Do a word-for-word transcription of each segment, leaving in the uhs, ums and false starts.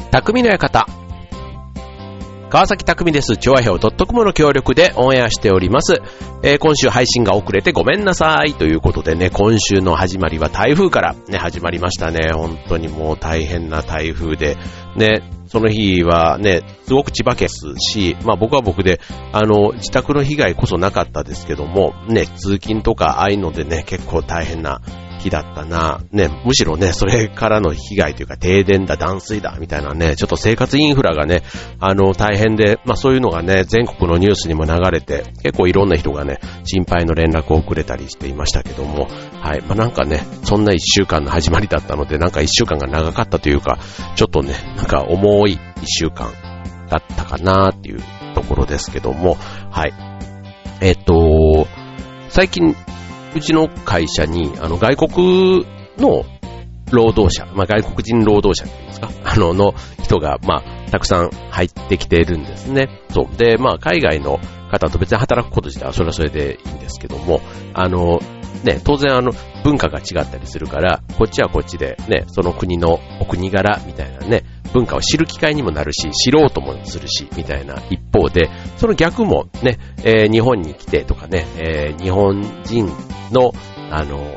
匠の館。川崎匠です。調和表 .com の協力でオンエアしております。えー、今週配信が遅れてごめんなさいということでね、今週の始まりは台風からね、始まりましたね。本当にもう大変な台風で、ね、その日はね、すごく千葉県ですし、まあ僕は僕で、あの、自宅の被害こそなかったですけども、ね、通勤とかああいうのでね、結構大変な日だったな。ね、むしろね、それからの被害というか停電だ、断水だ、みたいなね、ちょっと生活インフラがね、あの、大変で、まあそういうのがね、全国のニュースにも流れて、結構いろんな人がね、心配の連絡をくれたりしていましたけども、はい、まあなんかね、そんな一週間の始まりだったので、なんか一週間が長かったというか、ちょっとね、なんか重い一週間だったかなっていうところですけども、はい。えっと、最近、うちの会社に、あの、外国の労働者、まあ、外国人労働者って言いますか、あの、の人が、まあ、たくさん入ってきているんですね。そう。で、まあ、海外の方と別に働くこと自体はそれはそれでいいんですけども、あの、ね、当然あの、文化が違ったりするから、こっちはこっちでね、その国のお国柄みたいなね、文化を知る機会にもなるし、知ろうともするし、みたいな一方で、その逆もね、えー、日本に来てとかね、えー、日本人の、あの、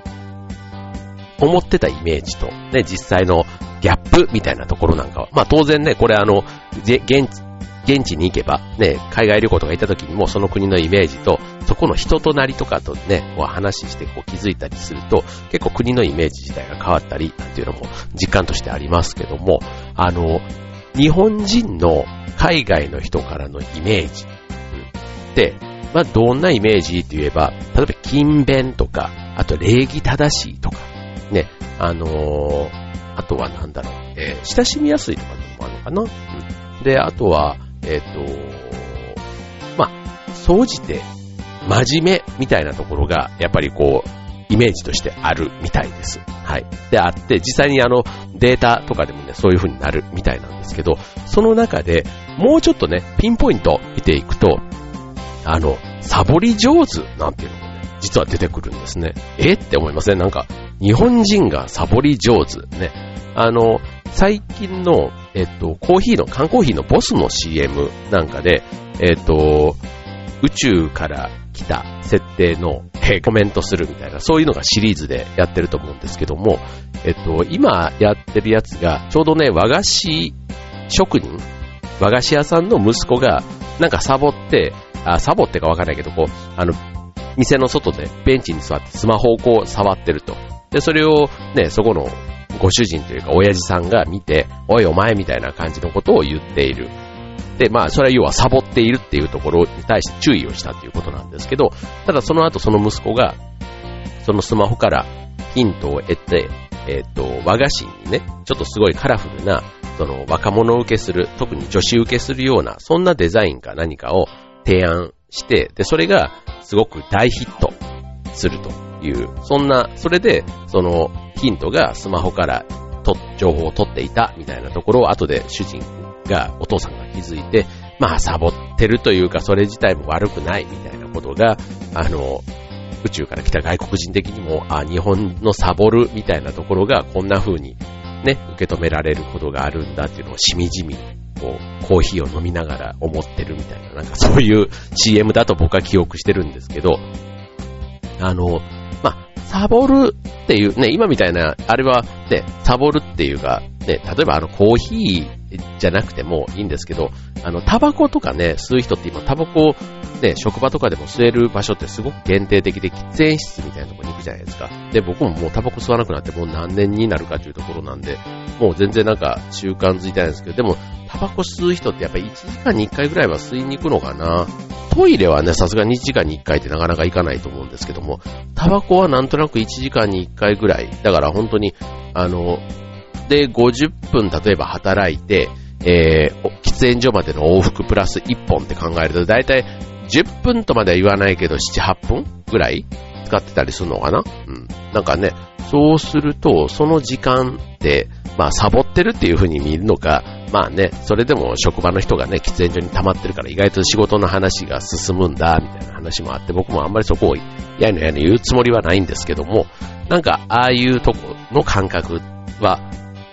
思ってたイメージと、ね、実際のギャップみたいなところなんかは、まあ当然ね、これあの、現地、現地に行けば、ね、海外旅行とか行った時にもその国のイメージと、そこの人となりとかとね、こう話してこう気づいたりすると、結構国のイメージ自体が変わったり、なんていうのも実感としてありますけども、あの、日本人の海外の人からのイメージ、うん、で、まあどんなイメージって言えば、例えば勤勉とか、あと礼儀正しいとか、ね、あのー、あとはなんだろう、えー、親しみやすいとかでもあるのかな、うん、で、あとは、えっと、まあ、総じて真面目みたいなところがやっぱりこうイメージとしてあるみたいです。はい。であって実際にあのデータとかでもねそういう風になるみたいなんですけど、その中でもうちょっとねピンポイント見ていくと、あのサボり上手なんていうのもね実は出てくるんですね。えって思いません？なんか日本人がサボり上手ね。あの最近のえっとコーヒーの缶コーヒーのボスの シーエム なんかでえっと宇宙から来た設定の、えー、コメントするみたいなそういうのがシリーズでやってると思うんですけども、えっと今やってるやつがちょうどね和菓子職人和菓子屋さんの息子がなんかサボってあサボってかわからないけどこうあの店の外でベンチに座ってスマホをこう触ってると。でそれをねそこのご主人というか親父さんが見て、おいお前みたいな感じのことを言っている。で、まあそれは要はサボっているっていうところに対して注意をしたっていうことなんですけど、ただその後その息子がそのスマホからヒントを得て、えっと和菓子にね、ちょっとすごいカラフルなその若者受けする、特に女子受けするようなそんなデザインか何かを提案して、でそれがすごく大ヒットするという、そんなそれでそのヒントがスマホからと情報を取っていたみたいなところを後で主人がお父さんが気づいて、まあサボってるというかそれ自体も悪くないみたいなことがあの宇宙から来た外国人的にもあ日本のサボるみたいなところがこんな風にね受け止められることがあるんだっていうのをしみじみこうコーヒーを飲みながら思ってるみたいななんかそういう シーエム だと僕は記憶してるんですけど、あのまあサボるっていうね、今みたいな、あれはね、サボるっていうか、ね、例えばあのコーヒーじゃなくてもいいんですけど、あのタバコとかね、吸う人って今タバコね、職場とかでも吸える場所ってすごく限定的で喫煙室みたいなところに行くじゃないですか。で、僕ももうタバコ吸わなくなってもう何年になるかというところなんで、もう全然なんか習慣づいてないんですけど、でもタバコ吸う人ってやっぱりいちじかんにいっかいぐらいは吸いに行くのかな。トイレはね、さすがにいちじかんにいっかいってなかなか行かないと思うんですけども、タバコはなんとなくいちじかんにいっかいぐらい。だから本当に、あの、で、ごじゅっぷん例えば働いて、えー、喫煙所までの往復プラスいっぽんって考えると、だいたいじゅっぷんとまでは言わないけど、なな、はっぷんぐらい使ってたりするのかな。うん。なんかね、そうすると、その時間って、まあ、サボってるっていう風に見るのか、まあね、それでも職場の人がね、喫煙所に溜まってるから意外と仕事の話が進むんだ、みたいな話もあって、僕もあんまりそこをやいのやいの言うつもりはないんですけども、なんか、ああいうとこの感覚は、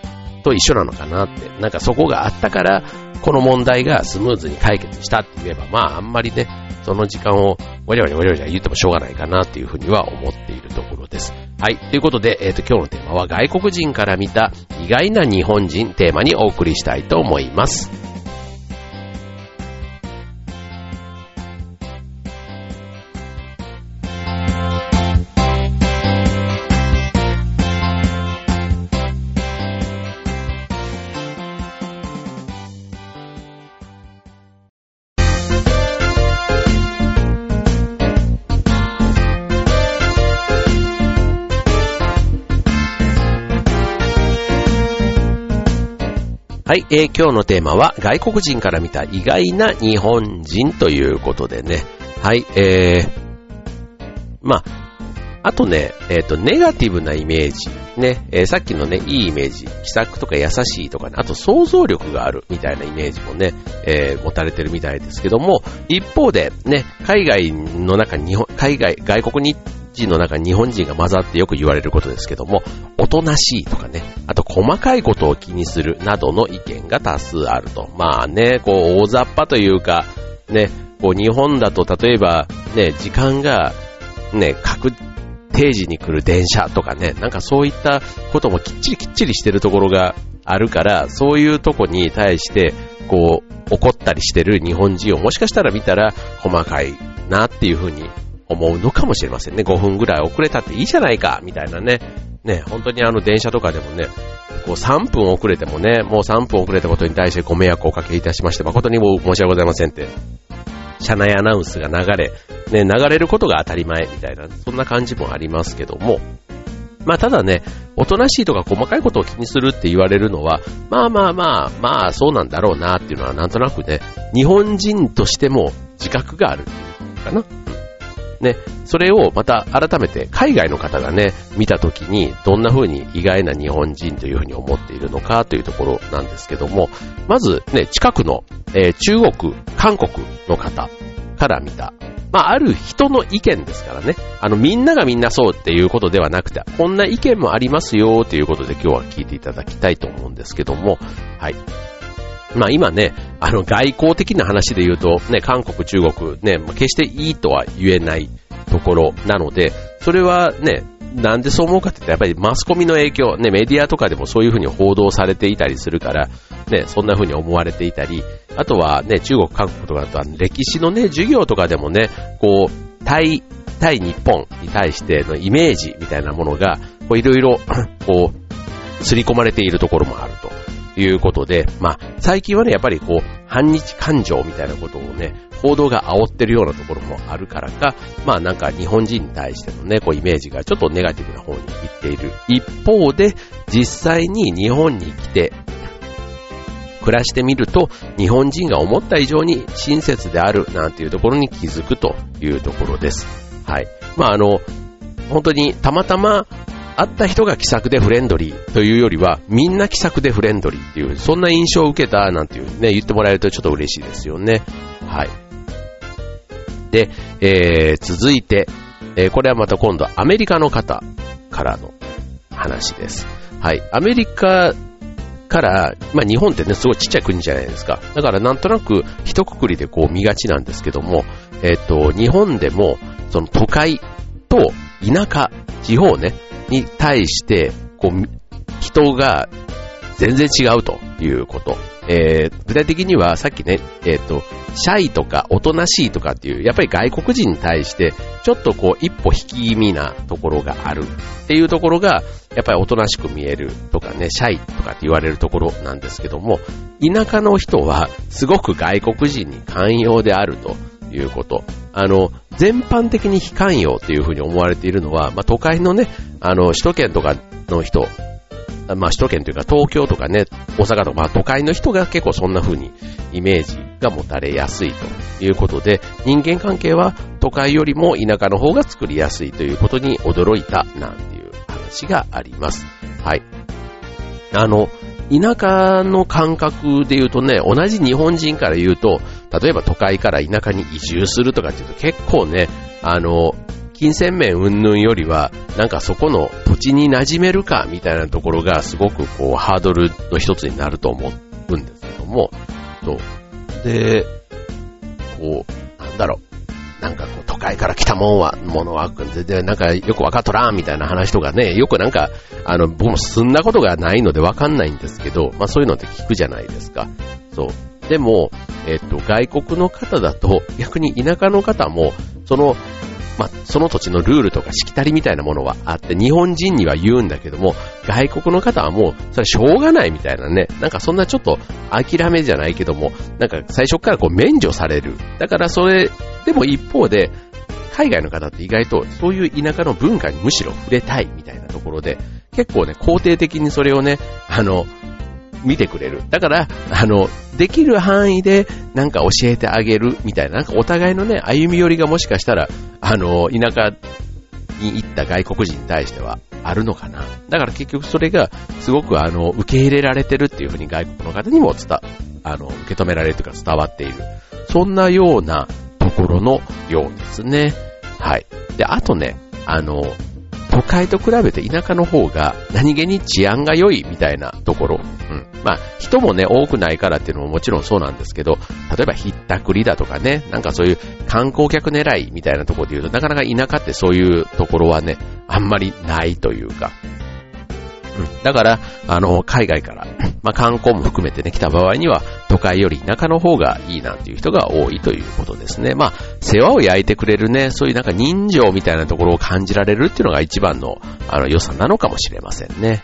と一緒なのかなって、なんかそこがあったから、この問題がスムーズに解決したって言えば、まああんまりね、その時間をごちゃごちゃごちゃごちゃ言ってもしょうがないかなっていうふうには思っているところです。はい。ということで、えっと、今日のテーマは外国人から見た意外な日本人テーマにお送りしたいと思います。はい、えー、今日のテーマは外国人から見た意外な日本人ということでね。はい、えー、まあ、あとね、えっと、ネガティブなイメージ。ね、えー、さっきのね、いいイメージ、気さくとか優しいとかね、あと想像力があるみたいなイメージもね、えー、持たれてるみたいですけども、一方でね、海外の中に日本、海外、外国に人の中に日本人が混ざってよく言われることですけども、おとなしいとかね、あと細かいことを気にするなどの意見が多数あると。まあね、こう大雑把というか、ね、こう日本だと例えばね、時間がね、確定時に来る電車とかね、なんかそういったこともきっちりきっちりしてるところがあるから、そういうとこに対してこう怒ったりしてる日本人をもしかしたら見たら細かいなっていうふうに思うのかもしれませんね。ごふんぐらい遅れたっていいじゃないかみたいなね。ね、本当にあの電車とかでもね、こうさんぷん遅れてもね、もうさんぷん遅れたことに対してご迷惑をおかけいたしまして誠にも申し訳ございませんって車内アナウンスが流れ、ね、流れることが当たり前みたいな、そんな感じもありますけども、まあただね、おとなしいとか細かいことを気にするって言われるのは、まあまあまあまあそうなんだろうなっていうのはなんとなくね、日本人としても自覚があるかな。ね、それをまた改めて海外の方がね、見たときにどんな風に意外な日本人という風に思っているのかというところなんですけども、まずね、近くの、えー、中国、韓国の方から見た、まあある人の意見ですからね、あのみんながみんなそうっていうことではなくて、こんな意見もありますよということで今日は聞いていただきたいと思うんですけども、はい。まあ今ね、あの外交的な話で言うとね、韓国、中国ね、決していいとは言えないところなので、それはね、なんでそう思うかって言ったらやっぱりマスコミの影響、ね、メディアとかでもそういうふうに報道されていたりするから、ね、そんなふうに思われていたり、あとはね、中国、韓国とかだと歴史のね、授業とかでもね、こう、対、対日本に対してのイメージみたいなものが、こういろいろ、こう、刷り込まれているところもあると。いうことで、まあ、最近はね、やっぱりこう、反日感情みたいなことをね、報道が煽ってるようなところもあるからか、まあなんか日本人に対してのね、こうイメージがちょっとネガティブな方に行っている。一方で、実際に日本に来て、暮らしてみると、日本人が思った以上に親切であるなんていうところに気づくというところです。はい。まああの、本当にたまたま、会った人が気さくでフレンドリーというよりは、みんな気さくでフレンドリーっていう、そんな印象を受けたなんていうね、言ってもらえるとちょっと嬉しいですよね。はい。で、えー、続いて、えー、これはまた今度アメリカの方からの話です。はい。アメリカから、まあ日本ってね、すごいちっちゃい国じゃないですか。だからなんとなく一括りでこう見がちなんですけども、えっと、日本でも、その都会と田舎、地方ね、に対して、こう、人が全然違うということ。えー、具体的にはさっきね、えっと、シャイとかおとなしいとかっていう、やっぱり外国人に対して、ちょっとこう、一歩引き気味なところがあるっていうところが、やっぱりおとなしく見えるとかね、シャイとかって言われるところなんですけども、田舎の人はすごく外国人に寛容であるということ。あの、全般的に非寛容っていうふうに思われているのは、まあ、都会のね、あの、首都圏とかの人、まあ、首都圏というか東京とかね、大阪とか、まあ、都会の人が結構そんな風にイメージが持たれやすいということで、人間関係は都会よりも田舎の方が作りやすいということに驚いたなんていう話があります。はい。あの、田舎の感覚で言うとね、同じ日本人から言うと、例えば都会から田舎に移住するとかっていうと結構ね、あの、金銭面云々よりは、なんかそこの土土地に馴染めるかみたいなところがすごくこうハードルの一つになると思うんですけども、そうで、こう、なんだろう、なんかこう都会から来たもんは、ものは全然なんかよくわかっとらんみたいな話とかね、よくなんか、あの、僕も住んだことがないのでわかんないんですけど、まあそういうのって聞くじゃないですか。そう。でも、えっと、外国の方だと、逆に田舎の方も、その、まあ、その土地のルールとかしきたりみたいなものはあって、日本人には言うんだけども、外国の方はもう、それしょうがないみたいなね、なんかそんなちょっと諦めじゃないけども、なんか最初からこう免除される。だからそれ、でも一方で、海外の方って意外とそういう田舎の文化にむしろ触れたいみたいなところで、結構ね、肯定的にそれをね、あの、見てくれる。だから、あの、できる範囲でなんか教えてあげるみたいな、なんかお互いのね、歩み寄りがもしかしたら、あの、田舎に行った外国人に対してはあるのかな。だから結局それがすごくあの、受け入れられてるっていうふうに外国の方にも伝、あの、受け止められるというか伝わっている。そんなようなところのようですね。はい。で、あとね、あの、都会と比べて田舎の方が何気に治安が良いみたいなところ。うん。まあ、人もね、多くないからっていうのももちろんそうなんですけど、例えばひったくりだとかね、なんかそういう観光客狙いみたいなところで言うと、なかなか田舎ってそういうところはね、あんまりないというか。うん。だから、あの、海外から、まあ観光も含めてね、来た場合には、都会より田舎の方がいいなんていう人が多いということですね。まあ、世話を焼いてくれるね、そういうなんか人情みたいなところを感じられるっていうのが一番の、あの、良さなのかもしれませんね。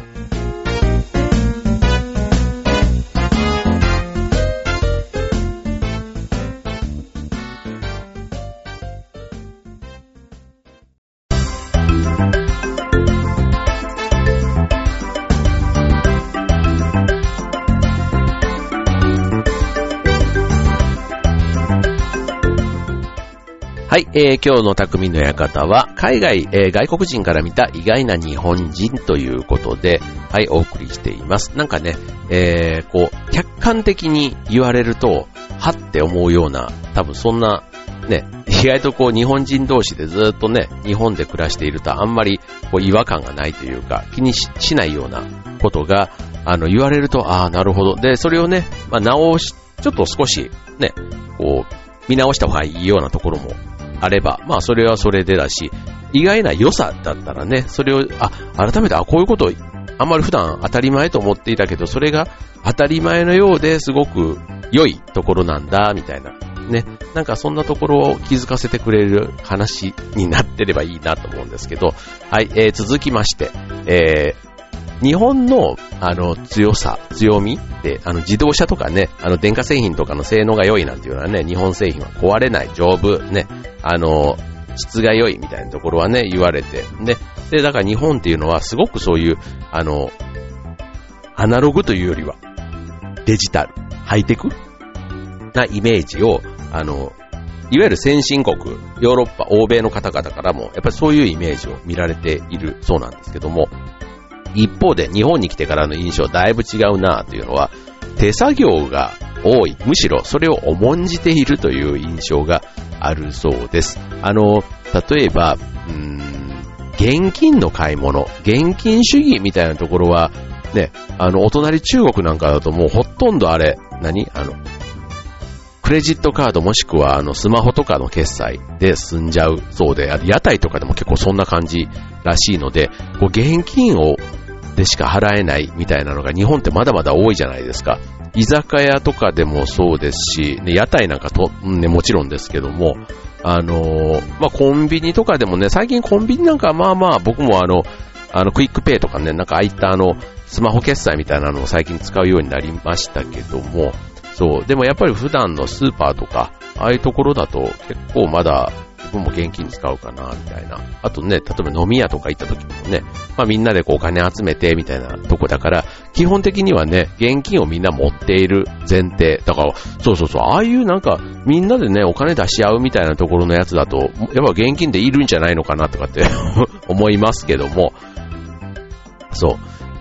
はい、えー、今日の匠の館は海外、えー、外国人から見た意外な日本人ということで、はい、お送りしています。なんかね、えー、こう、客観的に言われると、はって思うような、多分そんな、ね、意外とこう日本人同士でずっとね、日本で暮らしているとあんまりこう違和感がないというか、気に し, しないようなことが、あの、言われると、ああ、なるほど。で、それをね、まあ、直し、ちょっと少し、ね、こう、見直した方がいいようなところも、あれば、まあそれはそれでだし、意外な良さだったらね、それを、あ、改めて、あ、こういうことあんまり普段当たり前と思っていたけど、それが当たり前のようですごく良いところなんだ、みたいな。ね。なんかそんなところを気づかせてくれる話になってればいいなと思うんですけど、はい、えー、続きまして、えー、日本の、あの、強さ、強みって、あの、自動車とかね、あの、電化製品とかの性能が良いなんていうのはね、日本製品は壊れない、丈夫、ね、あの、質が良いみたいなところはね、言われて、ね。で、だから日本っていうのはすごくそういう、あの、アナログというよりは、デジタル、ハイテクなイメージを、あの、いわゆる先進国、ヨーロッパ、欧米の方々からも、やっぱりそういうイメージを見られているそうなんですけども、一方で日本に来てからの印象だいぶ違うなというのは、手作業が多い、むしろそれを重んじているという印象があるそうです。あの、例えば、うーん、現金の買い物、現金主義みたいなところは、ね、あの、お隣中国なんかだともうほとんどあれ、何あの、クレジットカードもしくはあのスマホとかの決済で済んじゃうそうで、あと屋台とかでも結構そんな感じらしいので、こう現金をでしか払えないみたいなのが日本ってまだまだ多いじゃないですか。居酒屋とかでもそうですし、ね、屋台なんかと、ね、もちろんですけども、あのー、まあ、コンビニとかでもね、最近コンビニなんかまあまあ僕もあの、あのクイックペイとかね、なんかああいったあのスマホ決済みたいなのを最近使うようになりましたけども、そう、でもやっぱり普段のスーパーとか、ああいうところだと結構まだ僕も現金使うかな、みたいな。あとね、例えば飲み屋とか行った時もね、まあみんなでこうお金集めてみたいなとこだから、基本的にはね、現金をみんな持っている前提。だから、そうそうそう、ああいうなんかみんなでね、お金出し合うみたいなところのやつだと、やっぱ現金でいるんじゃないのかなとかって思いますけども、そう。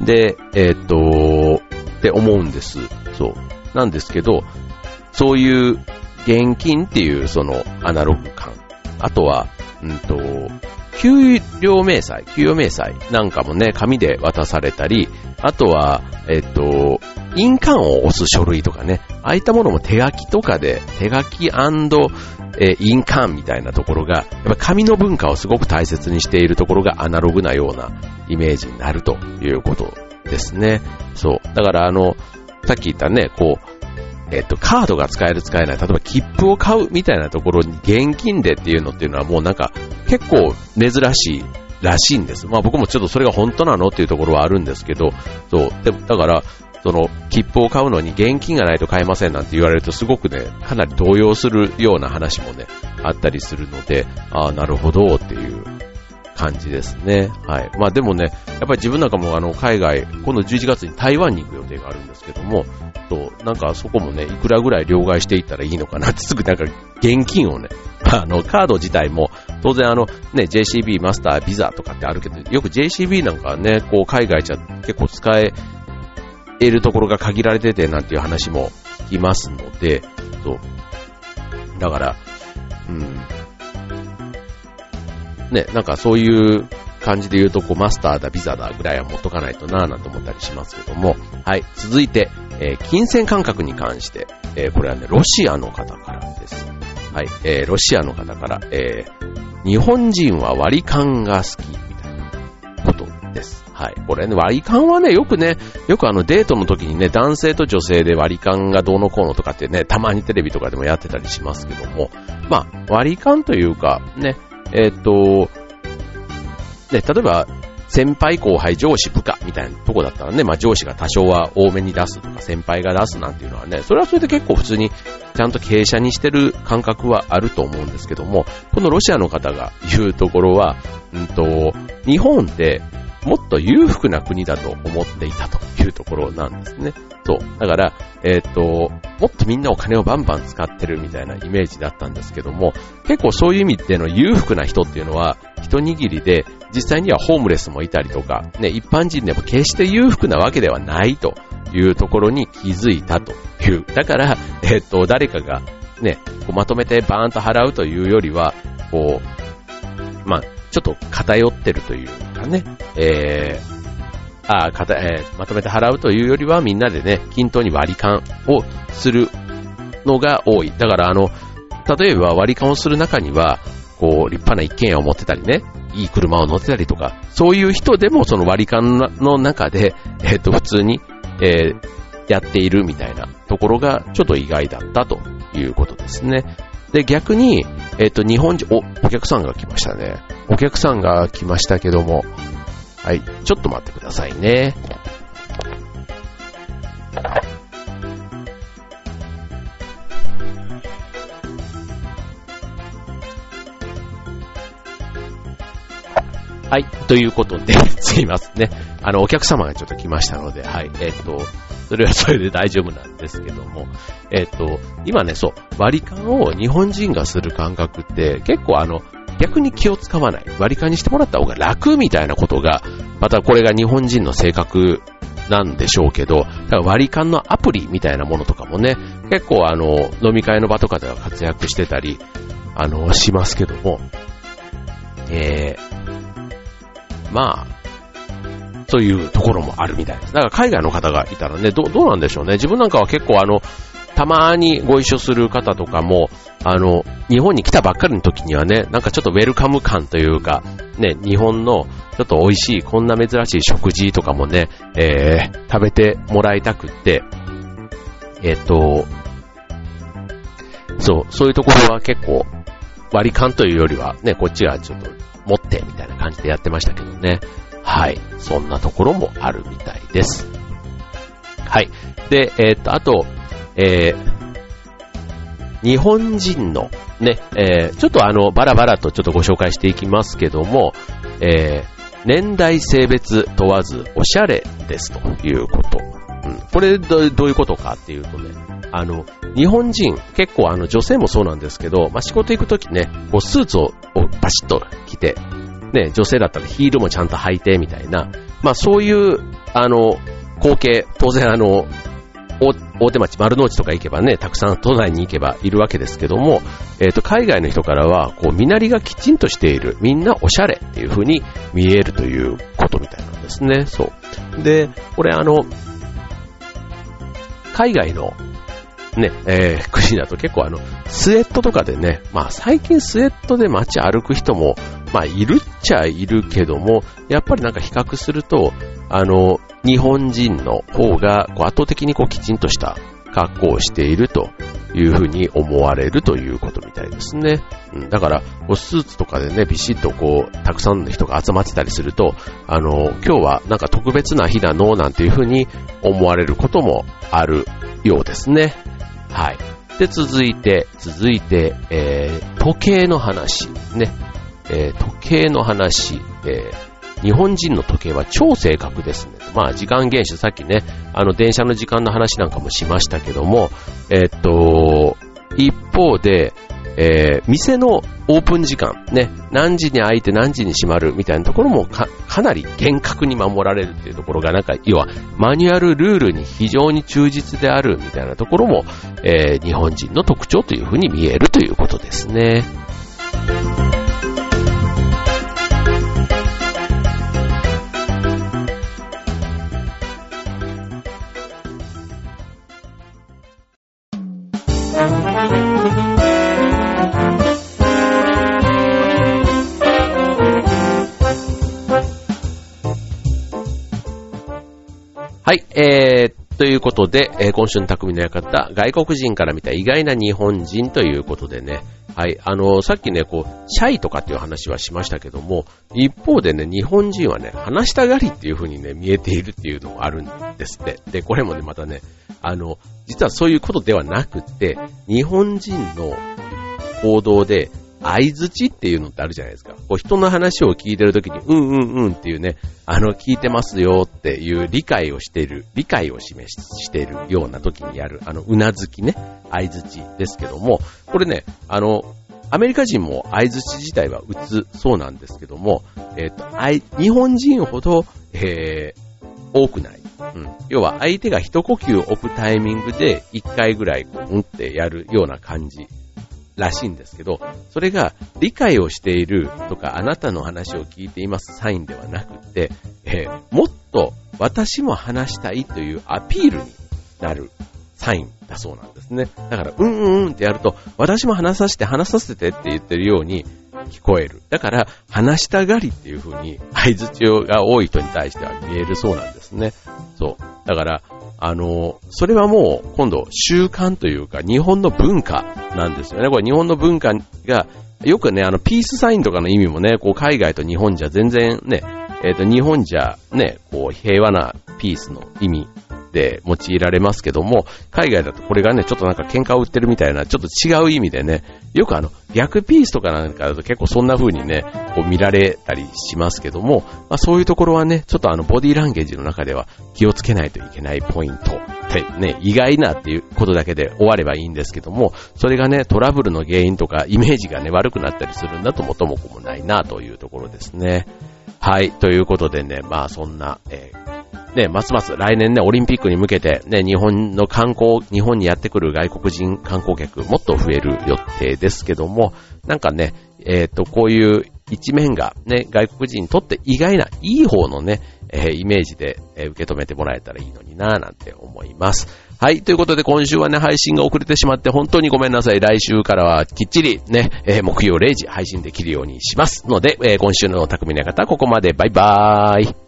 で、えー、っと、って思うんです。そう。なんですけど、そういう現金っていうそのアナログ感。あとは、うんと、 給料明細、給与明細なんかもね、紙で渡されたり、あとは、えっと、印鑑を押す書類とかね、ああいったものも手書きとかで、手書き&、えー、印鑑みたいなところが、やっぱ紙の文化をすごく大切にしているところがアナログなようなイメージになるということですね。そう。だからあの、さっき言ったね、こう、えっと、カードが使える使えない、例えば切符を買うみたいなところに現金でっていうのっていうのはもうなんか結構珍しいらしいんです。まあ僕もちょっとそれが本当なのっていうところはあるんですけど、そう。でもだから、その切符を買うのに現金がないと買えませんなんて言われるとすごくね、かなり動揺するような話もね、あったりするので、ああ、なるほどっていう感じですね。はい。まあでもね、やっぱり自分なんかもあの海外、今度じゅういちがつに台湾に行く予定があるんですけども、そう、なんかそこもね、いくらぐらい両替していったらいいのかなってすぐなんか現金をね、あのカード自体も当然あのね、ジェイシービー、マスター、ビザとかってあるけど、よく ジェイシービー なんかはね、こう海外じゃ結構使え得るところが限られててなんていう話も聞きますので、そう。だから、うん。ね、なんかそういう感じで言うと、こう、マスターだ、ビザだぐらいは持っとかないとなぁなんて思ったりしますけども、はい。続いて、えー、金銭感覚に関して、えー、これはね、ロシアの方からです。はい。えー、ロシアの方から、えー、日本人は割り勘が好き、みたいなことです。はい。これね、割り勘はね、よくね、よくあのデートの時にね、男性と女性で割り勘がどうのこうのとかってね、たまにテレビとかでもやってたりしますけども、まあ、割り勘というか、ね、えっと、ね、例えば、先輩後輩上司部下みたいなとこだったらね、まあ上司が多少は多めに出すとか先輩が出すなんていうのはね、それはそれで結構普通にちゃんと傾斜にしてる感覚はあると思うんですけども、このロシアの方が言うところは、うんと、日本ってもっと裕福な国だと思っていたというところなんですね。そう。だから、えっと、もっとみんなお金をバンバン使ってるみたいなイメージだったんですけども、結構そういう意味での裕福な人っていうのは一握りで、実際にはホームレスもいたりとか、ね、一般人でも決して裕福なわけではないというところに気づいたという。だから、えっと、誰かがね、こうまとめてバーンと払うというよりは、こう、まあ、ちょっと偏ってるというかね、えー、あかた、えー、まとめて払うというよりはみんなでね、均等に割り勘をするのが多い。だからあの、例えば割り勘をする中には、こう、立派な一軒家を持ってたりね、いい車を乗ってたりとか、そういう人でもその割り勘の中で、えっと、普通に、えー、やっているみたいなところがちょっと意外だったということですね。で、逆に、えっと、日本人、お、お客さんが来ましたね。お客さんが来ましたけども、はい、ちょっと待ってくださいね。はい、ということで、すいませんね。あの、お客様がちょっと来ましたので、はい、えっと、それはそれで大丈夫なんですけども、えっと、今ね、そう、割り勘を日本人がする感覚って結構あの、逆に気を使わない。割り勘にしてもらった方が楽みたいなことが、またこれが日本人の性格なんでしょうけど、だから割り勘のアプリみたいなものとかもね、結構あの、飲み会の場とかでは活躍してたり、あの、しますけども、えー、まあ、そういうところもあるみたいです。だから海外の方がいたらね、ど, どうなんでしょうね。自分なんかは結構あの、たまにご一緒する方とかも、あの、日本に来たばっかりの時にはね、なんかちょっとウェルカム感というか、ね、日本のちょっと美味しい、こんな珍しい食事とかもね、えー、食べてもらいたくって、えっと、そう、そういうところは結構割り勘というよりはね、こっちがちょっと持ってみたいな感じでやってましたけどね。はい。そんなところもあるみたいです。はい。で、えー、っと、あと、えー、日本人のね、えー、ちょっとあの、バラバラとちょっとご紹介していきますけども、えー、年代性別問わずおしゃれですということ。うん。これど、どういうことかっていうとね、あの、日本人、結構あの、女性もそうなんですけど、まあ、仕事行くときね、こう、スーツをバシッと着て、ね、女性だったらヒールもちゃんと履いてみたいな、まあそういう、あの、光景、当然あの、 大手町、丸の内とか行けばね、たくさん都内に行けばいるわけですけども、えっと、海外の人からは、こう、身なりがきちんとしている、みんなおしゃれっていう風に見えるということみたいなんですね。そう。で、これあの、海外のね、えー、国だと結構あの、スウェットとかでね、まあ最近スウェットで街歩く人も、まあいるっちゃいるけども、やっぱりなんか比較すると、あの、日本人の方がこう圧倒的にこうきちんとした格好をしているというふうに思われるということみたいですね。うん、だから、スーツとかでね、ビシッとこう、たくさんの人が集まってたりすると、あの、今日はなんか特別な日なのなんていうふうに思われることもあるようですね。はい。で、続いて、続いて、えー、時計の話。ね。えー、時計の話。えー、日本人の時計は超正確ですね。まあ、時間厳守、さっきね、あの、電車の時間の話なんかもしましたけども、えー、っと、一方で、えー、店のオープン時間、ね、何時に開いて何時に閉まるみたいなところも か, かなり厳格に守られるっていうところがなんか、要はマニュアルルールに非常に忠実であるみたいなところも、えー、日本人の特徴というふうに見えるということですね。はい、えー、ということで、えー、今週の匠の館、外国人から見た意外な日本人ということでね、はい、あのー、さっきね、こう、シャイとかっていう話はしましたけども、一方でね、日本人はね、話したがりっていう風にね、見えているっていうのがあるんですって。で、これもね、またね、あの、実はそういうことではなくって、日本人の行動で、相槌っていうのってあるじゃないですか。こう人の話を聞いてるときに、うんうんうんっていうね、あの、聞いてますよっていう理解をしている、理解を示しているようなときにやる、あの、うなずきね、相槌ですけども、これね、あの、アメリカ人も相槌自体は打つそうなんですけども、えっと、日本人ほど、えー、多くない。うん。要は相手が一呼吸置くタイミングで一回ぐらいこう、うんってやるような感じ。らしいんですけど、それが理解をしているとかあなたの話を聞いていますサインではなくて、えー、もっと私も話したいというアピールになるサインだそうなんですね。だからうんうんうんってやると私も話させて話させてって言ってるように聞こえる。だから話したがりっていう風に相槌が多い人に対しては見えるそうなんですね。そう。だからあの、それはもう今度習慣というか日本の文化なんですよね。これ日本の文化がよくね、あのピースサインとかの意味もね、こう海外と日本じゃ全然ね、えっと日本じゃね、こう平和なピースの意味で用いられますけども、海外だとこれがね、ちょっとなんか喧嘩を売ってるみたいな、ちょっと違う意味でね、よくあの逆ピースとかなんかだと結構そんな風にね、こう見られたりしますけども、まあそういうところはね、ちょっとあのボディーランゲージの中では気をつけないといけないポイントってね、意外なっていうことだけで終わればいいんですけども、それがね、トラブルの原因とかイメージがね、悪くなったりするんだと元も子もないなというところですね。はい、ということでね、まあそんな、えーね、ますます来年ね、オリンピックに向けてね、日本の観光、日本にやってくる外国人観光客もっと増える予定ですけども、なんかね、えっと、こういう一面がね、外国人にとって意外ないい方のね、えー、イメージで、えー、受け止めてもらえたらいいのになぁなんて思います。はい、ということで今週はね、配信が遅れてしまって本当にごめんなさい。来週からはきっちりね、えー、木曜れいじ配信できるようにしますので、えー、今週の匠の館ここまで。バイバーイ。